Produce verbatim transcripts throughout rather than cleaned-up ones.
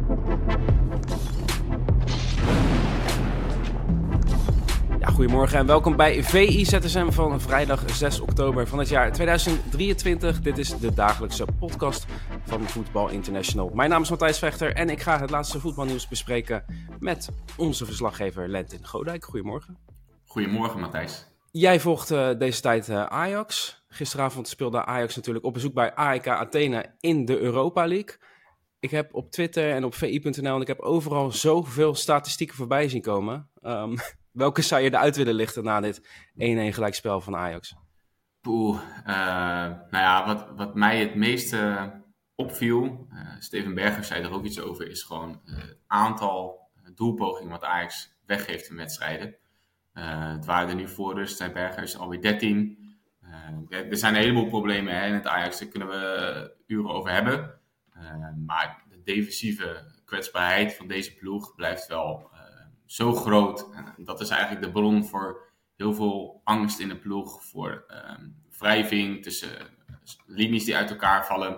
Goedemorgen en welkom bij V I Z S M van vrijdag zes oktober van het jaar tweeduizend drieëntwintig. Dit is de dagelijkse podcast van Voetbal International. Mijn naam is Matthijs Vechter en ik ga het laatste voetbalnieuws bespreken met onze verslaggever Lentin Godijk. Goedemorgen. Goedemorgen Matthijs. Jij volgt uh, deze tijd uh, Ajax. Gisteravond speelde Ajax natuurlijk op bezoek bij A E K Athene in de Europa League. Ik heb op Twitter en op V I punt n l en ik heb overal zoveel statistieken voorbij zien komen. Um, Welke zou je eruit willen lichten na dit één-één gelijkspel van Ajax? Poeh, uh, nou ja, wat, wat mij het meeste opviel, uh, Steven Berghuis zei er ook iets over, is gewoon uh, het aantal doelpogingen wat Ajax weggeeft in wedstrijden. Uh, het waren er nu voor rust, zei Berghuis, alweer dertien. Uh, er zijn een heleboel problemen hè, in het Ajax, daar kunnen we uren over hebben. Uh, maar de defensieve kwetsbaarheid van deze ploeg blijft wel uh, zo groot. En dat is eigenlijk de bron voor heel veel angst in de ploeg. Voor um, wrijving tussen linies die uit elkaar vallen.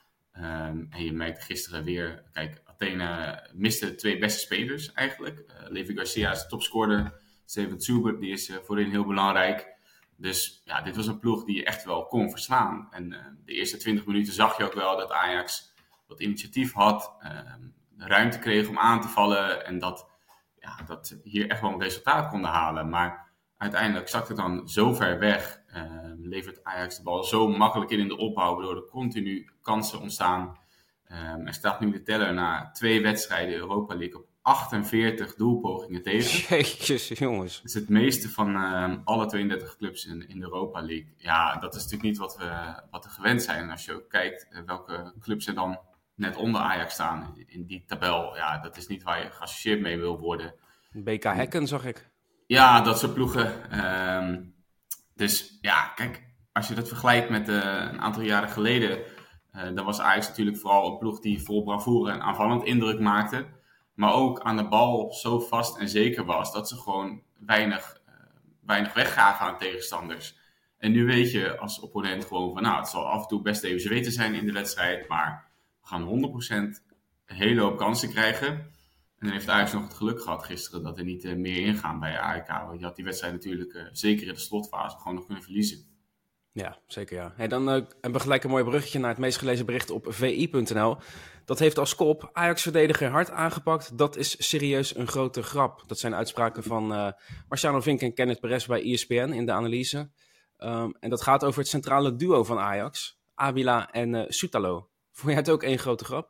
Um, en je merkte gisteren weer, kijk, Athene miste de twee beste spelers eigenlijk. Uh, Levi Garcia is de topscorer. Steven Zuber, die is uh, voorin heel belangrijk. Dus ja, dit was een ploeg die je echt wel kon verslaan. En uh, de eerste twintig minuten zag je ook wel dat Ajax wat initiatief had. Uh, ruimte kreeg om aan te vallen. En dat, ja, dat hier echt wel een resultaat konden halen. Maar uiteindelijk zakt het dan zo ver weg. Uh, levert Ajax de bal zo makkelijk in in de opbouw. Waardoor er continu kansen ontstaan. Uh, er staat nu de teller na twee wedstrijden Europa League op achtenveertig doelpogingen tegen. Jezus, jongens. Dat is het meeste van uh, alle tweeëndertig clubs in, in de Europa League. Ja, dat is natuurlijk niet wat we, wat we gewend zijn. En als je ook kijkt uh, welke clubs er dan net onder Ajax staan in, in die tabel. Ja, dat is niet waar je geassocieerd mee wil worden. B K Häcken zag ik. Ja, dat soort ploegen. Um, dus ja, kijk, als je dat vergelijkt met uh, een aantal jaren geleden. Uh, dan was Ajax natuurlijk vooral een ploeg die vol bravoure en aanvallend indruk maakte. Maar ook aan de bal zo vast en zeker was dat ze gewoon weinig, uh, weinig weggaven aan tegenstanders. En nu weet je als opponent gewoon van, nou, het zal af en toe best even zweten zijn in de wedstrijd. Maar we gaan honderd procent een hele hoop kansen krijgen. En dan heeft Ajax nog het geluk gehad gisteren dat er niet uh, meer ingaan bij A E K. Want je had die wedstrijd natuurlijk uh, zeker in de slotfase gewoon nog kunnen verliezen. Ja, zeker ja. Hey, dan uh, hebben we gelijk een mooi bruggetje naar het meest gelezen bericht op V I punt n l. Dat heeft als kop Ajax-verdediger hard aangepakt. Dat is serieus een grote grap. Dat zijn uitspraken van uh, Marciano Vink en Kenneth Perez bij E S P N in de analyse. Um, en dat gaat over het centrale duo van Ajax, Avila en uh, Soutalo. Vond jij het ook één grote grap?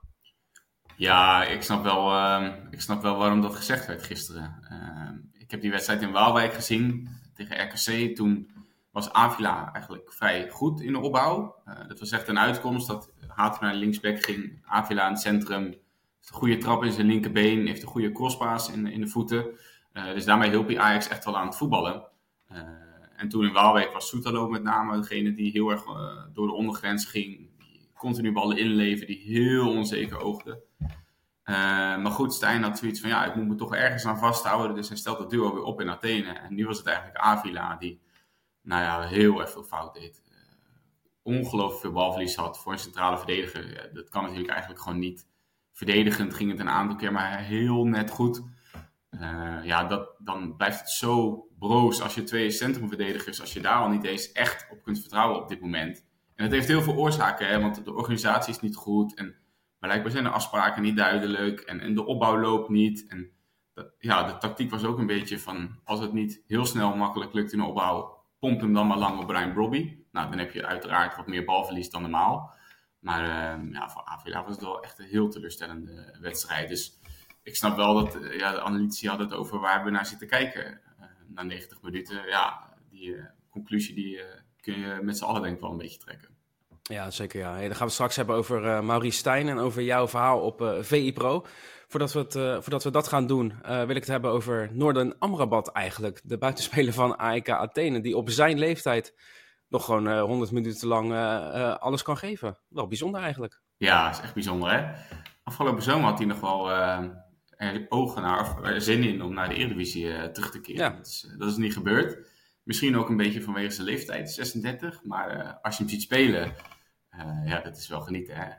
Ja, ik snap wel, uh, ik snap wel waarom dat gezegd werd gisteren. Uh, ik heb die wedstrijd in Waalwijk gezien tegen R K C. Toen was Avila eigenlijk vrij goed in de opbouw. Uh, dat was echt een uitkomst dat Hato naar linksback ging. Avila in het centrum heeft een goede trap in zijn linkerbeen. Heeft een goede crosspaas in, in de voeten. Uh, dus daarmee hielp hij Ajax echt wel aan het voetballen. Uh, en toen in Waalwijk was Soutalo met name degene die heel erg uh, door de ondergrens ging. Die continu ballen inleven, die heel onzeker oogde. Uh, maar goed, Stijn had zoiets van, ja, ik moet me toch ergens aan vasthouden. Dus hij stelt het duo weer op in Athene. En nu was het eigenlijk Avila die, nou ja, heel erg veel fout deed. Uh, ongelooflijk veel balverlies had voor een centrale verdediger. Ja, dat kan natuurlijk eigenlijk gewoon niet. Verdedigend ging het een aantal keer, maar heel net goed. Uh, ja, dat, dan blijft het zo broos als je twee centrumverdedigers, als je daar al niet eens echt op kunt vertrouwen op dit moment. En dat heeft heel veel oorzaken, hè, want de organisatie is niet goed. En blijkbaar zijn de afspraken niet duidelijk. En, en de opbouw loopt niet. En dat, ja, de tactiek was ook een beetje van, als het niet heel snel makkelijk lukt in de opbouw, pomp hem dan maar lang op Brian Brobby. Nou, dan heb je uiteraard wat meer balverlies dan normaal. Maar uh, ja, voor Avila was het wel echt een heel teleurstellende wedstrijd. Dus ik snap wel dat uh, ja, de analytici hadden het over waar we naar zitten kijken. Uh, na negentig minuten, ja, die uh, conclusie die uh, kun je met z'n allen denk ik wel een beetje trekken. Ja, zeker ja. Hey, dan gaan we het straks hebben over uh, Maurice Stijn en over jouw verhaal op uh, V I Pro. Voordat we, het, uh, voordat we dat gaan doen, uh, wil ik het hebben over Noordan Amrabat eigenlijk. De buitenspeler van A E K Athene, die op zijn leeftijd nog gewoon uh, honderd minuten lang uh, uh, alles kan geven. Wel bijzonder eigenlijk. Ja, dat is echt bijzonder hè. Afgelopen zomer had hij nog wel uh, er ogen naar, of er zin in om naar de Eredivisie uh, terug te keren. Ja. Dat, is, dat is niet gebeurd. Misschien ook een beetje vanwege zijn leeftijd, zesendertig. Maar uh, als je hem ziet spelen, uh, ja, dat is wel genieten hè.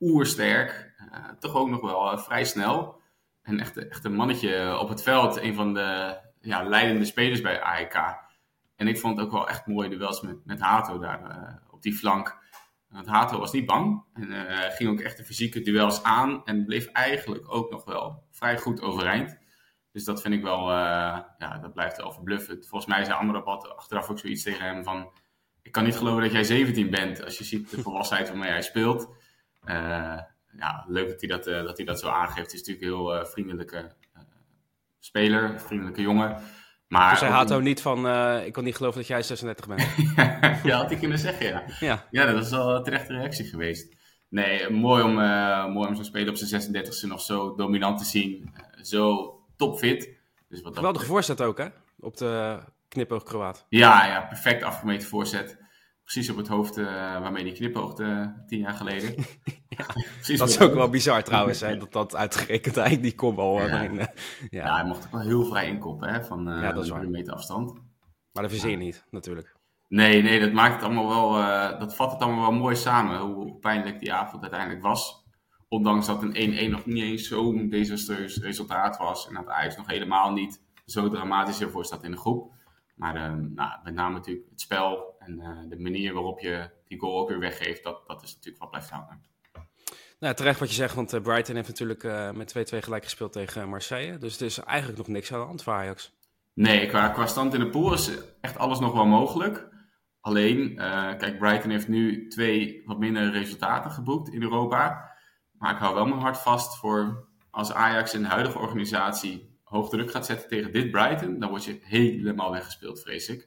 oersterk. Uh, toch ook nog wel uh, vrij snel. En echt, echt een mannetje op het veld. Een van de ja, leidende spelers bij A E K. En ik vond het ook wel echt mooi duels met, met Hato daar uh, op die flank. Want Hato was niet bang. En uh, ging ook echt de fysieke duels aan. En bleef eigenlijk ook nog wel vrij goed overeind. Dus dat vind ik wel, uh, ja, dat blijft wel verbluffend. Volgens mij zei Amrabat achteraf ook zoiets tegen hem van... Ik kan niet geloven dat jij zeventien bent. Als je ziet de volwassenheid waarmee hij speelt. Uh, ja, leuk dat hij dat, uh, dat hij dat zo aangeeft. Het is natuurlijk een heel uh, vriendelijke uh, speler. Vriendelijke jongen. Maar dus hij Hato niet van... Uh, ik kan niet geloven dat jij zesendertig bent. Ja, had hij kunnen zeggen, ja. ja. Ja, dat is wel een terechte reactie geweest. Nee, mooi om, uh, mooi om zo'n speler op zijn zesendertigste nog zo dominant te zien. Uh, zo topfit. Dus wat Geweldige dat... voorzet ook, hè? Op de knipoog Kroaat. Ja, ja, perfect afgemeten voorzet. Precies op het hoofd uh, waarmee die knipoogde tien jaar geleden. ja, dat is ook hoofd. Wel bizar trouwens, hè? Dat dat uitgerekend eigenlijk die kopbal. Ja. Waarin, uh, ja. ja, hij mocht ook wel heel vrij inkoppen, hè? Van uh, ja, dat is een meter afstand. Maar dat verzeer je ja. niet, natuurlijk. Nee, nee, dat maakt het allemaal wel... Uh, dat vat het allemaal wel mooi samen. Hoe pijnlijk die avond uiteindelijk was. Ondanks dat een één-één nog niet eens zo'n desastreus resultaat was. En dat Ajax nog helemaal niet zo dramatisch ervoor staat in de groep. Maar uh, nou, met name natuurlijk het spel en uh, de manier waarop je die goal ook weer weggeeft, dat, dat is natuurlijk wat blijft hangen. Nou, terecht wat je zegt, want uh, Brighton heeft natuurlijk uh, met twee-twee gelijk gespeeld tegen Marseille. Dus er is eigenlijk nog niks aan de hand voor Ajax. Nee, qua, qua stand in de pool is echt alles nog wel mogelijk. Alleen, uh, kijk, Brighton heeft nu twee wat minder resultaten geboekt in Europa. Maar ik hou wel mijn hart vast voor als Ajax in de huidige organisatie hoog druk gaat zetten tegen dit Brighton, dan word je helemaal weggespeeld, vrees ik.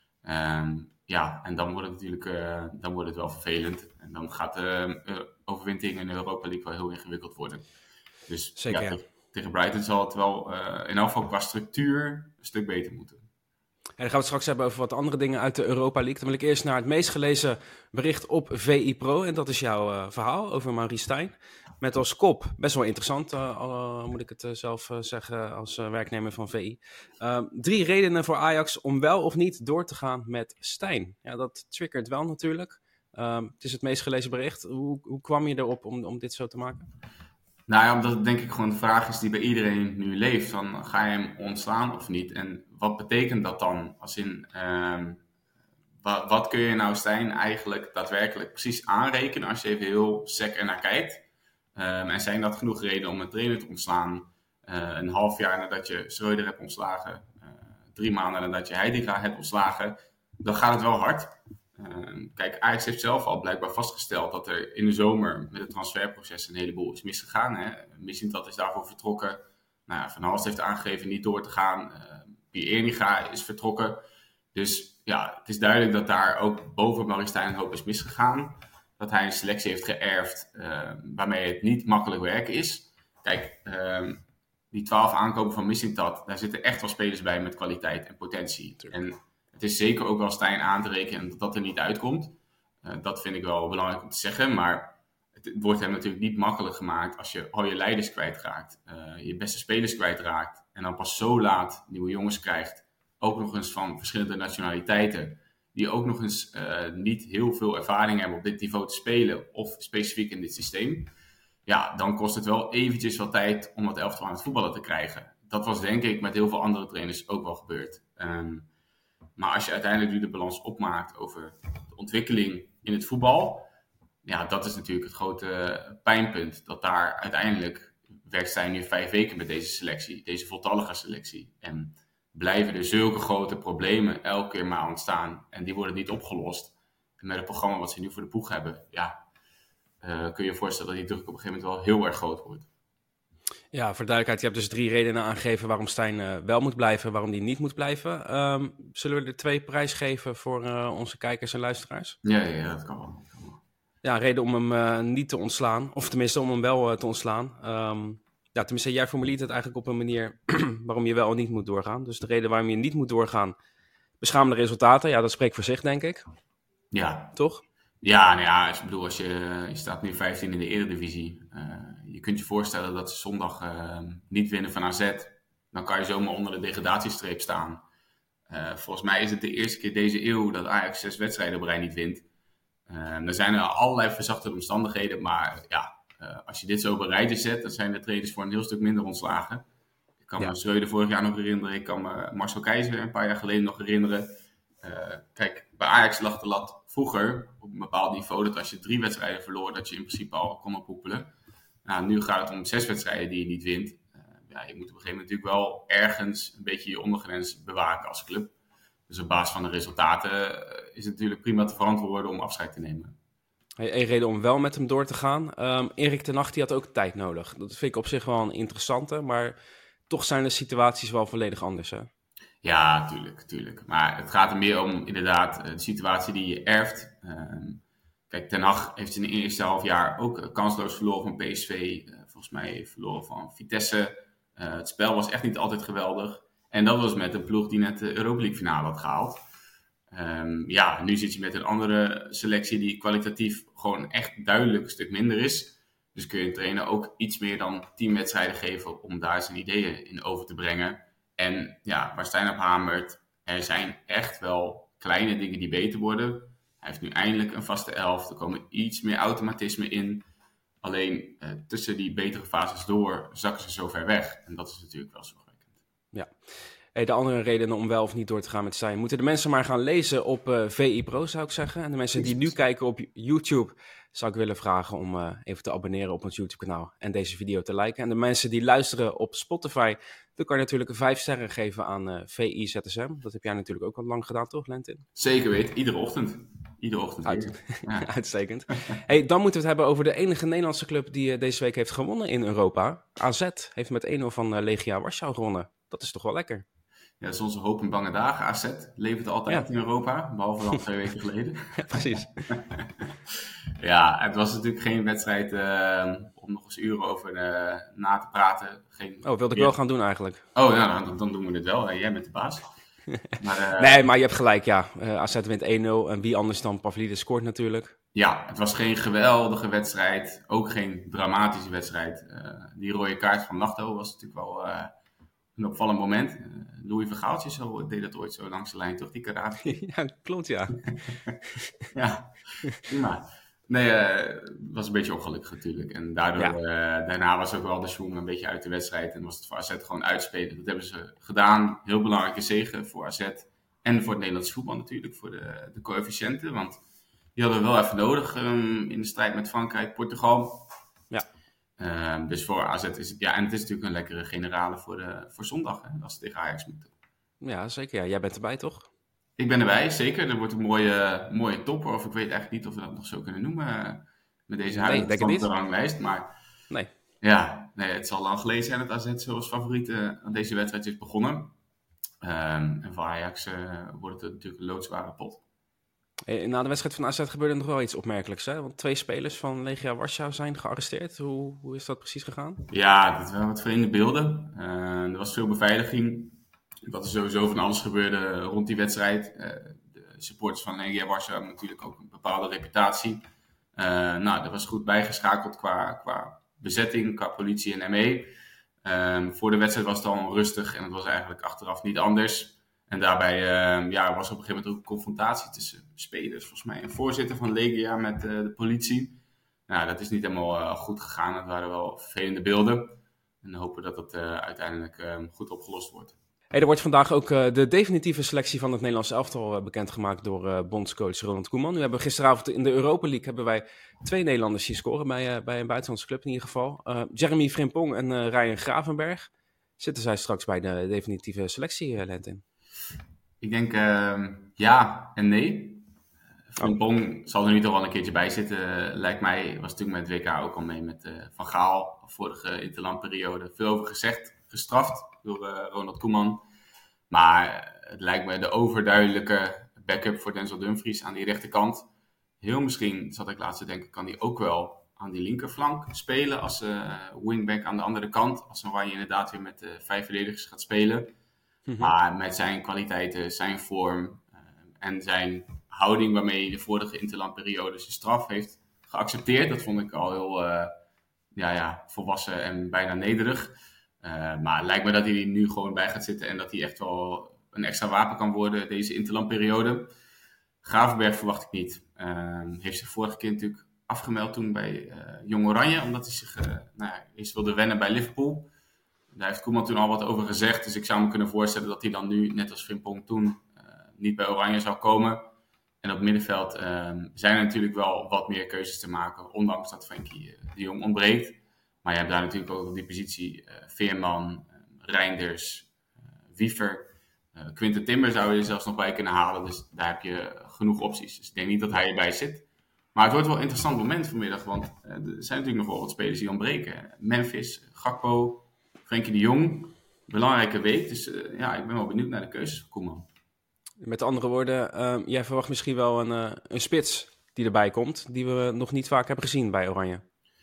Um, ja, en dan wordt het natuurlijk uh, dan wordt het wel vervelend. En dan gaat de uh, overwintering in de Europa League wel heel ingewikkeld worden. Dus Zeker, ja, ja. te, tegen Brighton zal het wel uh, in elk geval qua structuur een stuk beter moeten. En dan gaan we het straks hebben over wat andere dingen uit de Europa League. Dan wil ik eerst naar het meest gelezen bericht op V I Pro. En dat is jouw uh, verhaal over Maurice Stijn. Met als kop, best wel interessant, uh, uh, moet ik het uh, zelf uh, zeggen als uh, werknemer van V I. Uh, drie redenen voor Ajax om wel of niet door te gaan met Stijn. Ja, dat triggert wel natuurlijk. Uh, het is het meest gelezen bericht. Hoe, hoe kwam je erop om, om dit zo te maken? Nou ja, omdat het denk ik gewoon de vraag is die bij iedereen nu leeft. Van, ga je hem ontslaan of niet? En wat betekent dat dan? Als in, um, wat, wat kun je nou Stijn eigenlijk daadwerkelijk precies aanrekenen als je even heel sec ernaar kijkt? Um, en zijn dat genoeg redenen om een trainer te ontslaan? Uh, een half jaar nadat je Schreuder hebt ontslagen, uh, drie maanden nadat je Heitinga hebt ontslagen, dan gaat het wel hard. Uh, kijk, Ajax heeft zelf al blijkbaar vastgesteld dat er in de zomer met het transferproces een heleboel is misgegaan. Hè. Mislintat is daarvoor vertrokken. Nou ja, Van Halst heeft aangegeven niet door te gaan. Uh, Pierre Eniga is vertrokken. Dus ja, het is duidelijk dat daar ook boven Maurice Stijn een hoop is misgegaan. Dat hij een selectie heeft geërfd uh, waarmee het niet makkelijk werken is. Kijk, uh, die twaalf aankopen van Mislintat, daar zitten echt wel spelers bij met kwaliteit en potentie. En het is zeker ook wel Stijn aan te rekenen dat dat er niet uitkomt. Uh, dat vind ik wel belangrijk om te zeggen. Maar het wordt hem natuurlijk niet makkelijk gemaakt als je al je leiders kwijtraakt. Uh, je beste spelers kwijtraakt. En dan pas zo laat nieuwe jongens krijgt. Ook nog eens van verschillende nationaliteiten. Die ook nog eens uh, niet heel veel ervaring hebben op dit niveau te spelen. Of specifiek in dit systeem. Ja, dan kost het wel eventjes wat tijd om dat elftal aan het voetballen te krijgen. Dat was denk ik met heel veel andere trainers ook wel gebeurd. Um, Maar als je uiteindelijk nu de balans opmaakt over de ontwikkeling in het voetbal, ja, dat is natuurlijk het grote pijnpunt. Dat daar uiteindelijk werkt Stijn nu vijf weken met deze selectie, deze voltallige selectie. En blijven er zulke grote problemen elke keer maar ontstaan. En die worden niet opgelost. En met het programma wat ze nu voor de boeg hebben, ja, uh, kun je je voorstellen dat die druk op een gegeven moment wel heel erg groot wordt. Ja, voor duidelijkheid, je hebt dus drie redenen aangegeven waarom Stijn uh, wel moet blijven, waarom die niet moet blijven. Um, zullen we er twee prijsgeven voor uh, onze kijkers en luisteraars? Ja, ja, ja, dat kan wel. Dat kan wel. Ja, reden om hem uh, niet te ontslaan, of tenminste om hem wel uh, te ontslaan. Um, ja, tenminste, jij formuleert het eigenlijk op een manier waarom je wel of niet moet doorgaan. Dus de reden waarom je niet moet doorgaan, beschamende resultaten, ja, dat spreekt voor zich, denk ik. Ja. Toch? Ja, nou ja, ik bedoel, als je, je staat nu vijftien in de Eredivisie. Uh, je kunt je voorstellen dat ze zondag uh, niet winnen van A Z. Dan kan je zomaar onder de degradatiestreep staan. Uh, volgens mij is het de eerste keer deze eeuw dat Ajax zes wedstrijden op rij niet wint. Uh, er zijn er allerlei verzachte omstandigheden, maar ja, Uh, als je dit zo op een rijtje zet, dan zijn de trainers voor een heel stuk minder ontslagen. Ik kan Ja. me Schreuder vorig jaar nog herinneren. Ik kan me Marcel Keizer een paar jaar geleden nog herinneren. Uh, kijk, bij Ajax lag de lat vroeger op een bepaald niveau dat als je drie wedstrijden verloor, dat je in principe al kon ophoepelen. Nou, nu gaat het om zes wedstrijden die je niet wint. Uh, ja, je moet op een gegeven moment natuurlijk wel ergens een beetje je ondergrens bewaken als club. Dus op basis van de resultaten uh, is het natuurlijk prima te verantwoorden om afscheid te nemen. Een reden om wel met hem door te gaan. Um, Erik ten Hag die had ook tijd nodig. Dat vind ik op zich wel een interessante, maar toch zijn de situaties wel volledig anders, hè? Ja, tuurlijk, tuurlijk. Maar het gaat er meer om inderdaad de situatie die je erft. Um, kijk, Ten Hag heeft in het eerste half jaar ook kansloos verloren van P S V. Uh, volgens mij verloren van Vitesse. Uh, het spel was echt niet altijd geweldig. En dat was met een ploeg die net de Europa League finale had gehaald. Um, ja, nu zit je met een andere selectie die kwalitatief gewoon echt duidelijk een stuk minder is. Dus kun je een trainer ook iets meer dan tien wedstrijden geven om daar zijn ideeën in over te brengen. En ja, waar Stijn op hamert, er zijn echt wel kleine dingen die beter worden. Hij heeft nu eindelijk een vaste elf, er komen iets meer automatisme in. Alleen uh, tussen die betere fases door zakken ze zo ver weg. En dat is natuurlijk wel zorgwekkend. Ja. Hey, de andere redenen om wel of niet door te gaan met Stijn, moeten de mensen maar gaan lezen op uh, V I Pro, zou ik zeggen. En de mensen die nu kijken op YouTube, zou ik willen vragen om uh, even te abonneren op ons YouTube-kanaal en deze video te liken. En de mensen die luisteren op Spotify, dan kan je natuurlijk vijf sterren geven aan uh, V I Z S M. Dat heb jij natuurlijk ook al lang gedaan, toch, Lentin? Zeker weten, iedere ochtend. Iedere ochtend. Uit, ja. Uitstekend. Hey, dan moeten we het hebben over de enige Nederlandse club die uh, deze week heeft gewonnen in Europa. A Z heeft met één nul van uh, Legia Warschau gewonnen. Dat is toch wel lekker. Ja, dat is onze hoop en bange dagen. A Z levert altijd ja. in Europa, behalve dan twee weken geleden. Ja, precies. Ja, het was natuurlijk geen wedstrijd uh, om nog eens uren over uh, na te praten. Geen... Oh, wilde ik ja. wel gaan doen eigenlijk. Oh, ja, dan, dan doen we het wel. Jij bent de baas. Maar, uh... Nee, maar je hebt gelijk, ja. Uh, A Z wint één nul en wie anders dan Pavlidis scoort natuurlijk. Ja, het was geen geweldige wedstrijd. Ook geen dramatische wedstrijd. Uh, die rode kaart van Nachto was natuurlijk wel... Uh, een opvallend moment. Uh, Louis Vergaaltje zo, deed dat ooit zo langs de lijn, toch? Die karate. Ja, klopt, ja. Ja, prima. Nee, het uh, was een beetje ongelukkig natuurlijk. En daardoor, ja. uh, daarna was ook wel de schoen een beetje uit de wedstrijd. En was het voor A Z gewoon uitspelen. Dat hebben ze gedaan. Heel belangrijke zege voor A Z. En voor het Nederlandse voetbal natuurlijk. Voor de, de coëfficiënten. Want die hadden we wel even nodig um, in de strijd met Frankrijk, Portugal. Ja. Uh, dus voor A Z is het, ja, en het is natuurlijk een lekkere generale voor, de, voor zondag, hè, als ze tegen Ajax moeten. Ja, zeker. Ja. Jij bent erbij, toch? Ik ben erbij, zeker. Er wordt een mooie, mooie topper, of ik weet eigenlijk niet of we dat nog zo kunnen noemen, uh, met deze huidige nee, stand de ranglijst. Maar nee. Ja, nee, het zal lang geleden zijn dat A Z zoals favoriet uh, aan deze wedstrijd is begonnen. Um, en voor Ajax uh, wordt het natuurlijk een loodzware pot. Na de wedstrijd van A Z gebeurde nog wel iets opmerkelijks, hè? Want twee spelers van Legia Warschau zijn gearresteerd. Hoe, hoe is dat precies gegaan? Ja, dat waren wat vreemde beelden. Uh, er was veel beveiliging. Dat er sowieso van alles gebeurde rond die wedstrijd. Uh, de supporters van Legia Warschau hebben natuurlijk ook een bepaalde reputatie. Uh, nou, dat was goed bijgeschakeld qua, qua bezetting, qua politie en M E. Uh, voor de wedstrijd was het al rustig en het was eigenlijk achteraf niet anders. En daarbij uh, ja, was er op een gegeven moment ook een confrontatie tussen spelers, volgens mij, en voorzitter van Legia met uh, de politie. Nou, dat is niet helemaal uh, goed gegaan. Dat waren wel vervelende beelden. En we hopen dat dat uh, uiteindelijk uh, goed opgelost wordt. Hey, er wordt vandaag ook uh, de definitieve selectie van het Nederlands elftal uh, bekendgemaakt door uh, bondscoach Ronald Koeman. Nu hebben we gisteravond in de Europa League hebben wij twee Nederlanders die scoren bij, uh, bij een buitenlandse club in ieder geval. Uh, Jeremy Frimpong en uh, Ryan Gravenberg. Zitten zij straks bij de definitieve selectie, uh, Lentin? Ik denk uh, ja en nee. Frimpong oh. zal er nu toch wel een keertje bij zitten, uh, lijkt mij. Was natuurlijk met het W K ook al mee met uh, Van Gaal, vorige interlandperiode. Veel over gezegd, gestraft door uh, Ronald Koeman. Maar het lijkt me de overduidelijke backup voor Denzel Dumfries aan die rechterkant. Heel misschien, zat ik laatst te denken, kan hij ook wel aan die linkerflank spelen als uh, wingback aan de andere kant. Als Oranje inderdaad weer met uh, vijf verdedigers gaat spelen. Mm-hmm. Maar met zijn kwaliteiten, zijn vorm uh, en zijn houding waarmee hij de vorige interlandperiode zijn straf heeft geaccepteerd. Dat vond ik al heel uh, ja, ja, volwassen en bijna nederig. Uh, maar het lijkt me dat hij er nu gewoon bij gaat zitten en dat hij echt wel een extra wapen kan worden deze interlandperiode. Gravenberg verwacht ik niet. Uh, heeft zich vorige keer natuurlijk afgemeld toen bij uh, Jong Oranje, omdat hij zich uh, nou ja, eerst wilde wennen bij Liverpool. Daar heeft Koeman toen al wat over gezegd, dus ik zou me kunnen voorstellen dat hij dan nu, net als Frimpong toen, uh, niet bij Oranje zou komen. En op het middenveld uh, zijn er natuurlijk wel wat meer keuzes te maken, ondanks dat Frenkie uh, de Jong ontbreekt. Maar je hebt daar natuurlijk ook op die positie uh, Veerman, uh, Reinders, uh, Wiever, uh, Quinten Timber zou je er zelfs nog bij kunnen halen. Dus daar heb je genoeg opties. Dus ik denk niet dat hij erbij zit. Maar het wordt wel een interessant moment vanmiddag, want uh, er zijn natuurlijk nog wel wat spelers die ontbreken. Memphis, Gakpo, Frenkie de Jong. Belangrijke week, dus uh, ja, ik ben wel benieuwd naar de keuzes van Koeman. Met andere woorden, uh, jij verwacht misschien wel een, uh, een spits die erbij komt, die we nog niet vaak hebben gezien bij Oranje.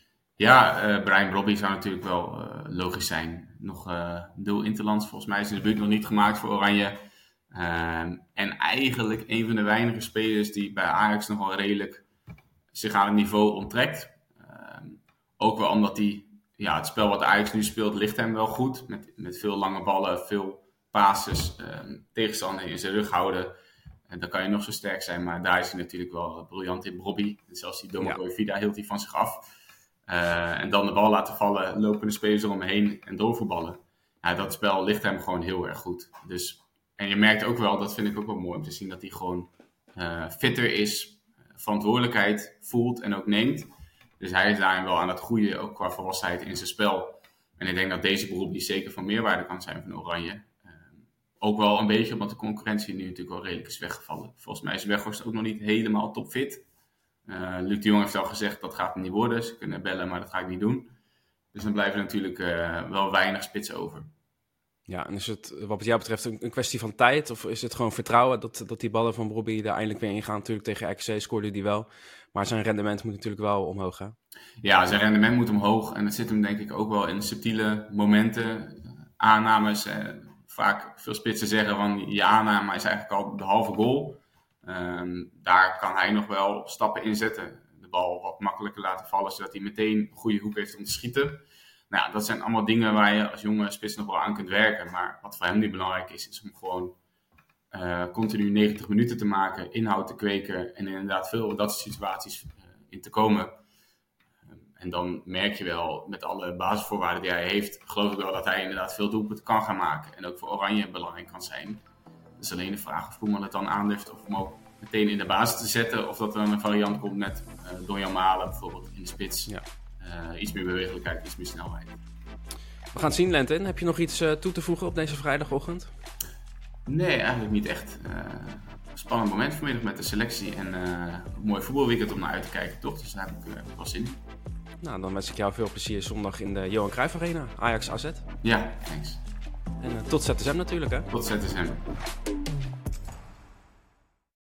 Ja, uh, Brian Brobby zou natuurlijk wel uh, logisch zijn. Nog uh, nul interlands, volgens mij is de debuut nog niet gemaakt voor Oranje. Uh, en eigenlijk een van de weinige spelers die bij Ajax nog wel redelijk zich aan het niveau onttrekt. Uh, ook wel omdat hij, ja, het spel wat Ajax nu speelt ligt hem wel goed. Met, met veel lange ballen, veel passes, uh, tegenstander in zijn rug houden. En dan kan je nog zo sterk zijn, maar daar is hij natuurlijk wel briljant in. Brobby, zelfs die Domagoj ja. Vida hield hij van zich af. Uh, en dan de bal laten vallen, lopen de spelers eromheen en doorvoetballen. Ja, dat spel ligt hem gewoon heel erg goed. Dus, en je merkt ook wel, dat vind ik ook wel mooi om te zien, dat hij gewoon uh, fitter is, verantwoordelijkheid voelt en ook neemt. Dus hij is daarin wel aan het groeien, ook qua volwassenheid in zijn spel. En ik denk dat deze beroep die zeker van meerwaarde kan zijn van Oranje. Uh, ook wel een beetje, omdat de concurrentie nu natuurlijk wel redelijk is weggevallen. Volgens mij is Weghorst ook nog niet helemaal topfit. Uh, Luc de Jong heeft al gezegd, dat gaat hem niet worden. Ze kunnen bellen, maar dat ga ik niet doen. Dus dan blijven er natuurlijk uh, wel weinig spitsen over. Ja, en is het wat jou betreft een, een kwestie van tijd? Of is het gewoon vertrouwen dat, dat die ballen van Brobby er eindelijk weer ingaan? Natuurlijk tegen R K C scoorde hij wel. Maar zijn rendement moet natuurlijk wel omhoog gaan. Ja, zijn rendement moet omhoog. En dat zit hem denk ik ook wel in subtiele momenten. Aannames. Eh, vaak veel spitsen zeggen van je aanname is eigenlijk al de halve goal. Um, daar kan hij nog wel stappen in zetten. De bal wat makkelijker laten vallen, zodat hij meteen een goede hoek heeft om te schieten. Nou ja, dat zijn allemaal dingen waar je als jonge spits nog wel aan kunt werken. Maar wat voor hem nu belangrijk is, is om gewoon uh, continu negentig minuten te maken, inhoud te kweken en inderdaad veel op dat soort situaties uh, in te komen. Um, en dan merk je wel, met alle basisvoorwaarden die hij heeft, geloof ik wel dat hij inderdaad veel doelpunten kan gaan maken. En ook voor Oranje belangrijk kan zijn. Het is alleen de vraag of Koeman het dan aandurft of hem ook meteen in de basis te zetten. Of dat er een variant komt met uh, Donjan Malen bijvoorbeeld in de spits. Ja. Uh, iets meer bewegelijkheid, iets meer snelheid. We gaan het zien, Lentin. Heb je nog iets uh, toe te voegen op deze vrijdagochtend? Nee, eigenlijk niet echt. Uh, spannend moment vanmiddag met de selectie. En uh, een mooi voetbalweekend om naar uit te kijken, toch? Dus daar heb ik, uh, heb ik wel zin in. Nou, dan wens ik jou veel plezier zondag in de Johan Cruijff Arena. Ajax A Z. Ja, thanks. En uh, tot Z S M natuurlijk, hè? Tot Z S M.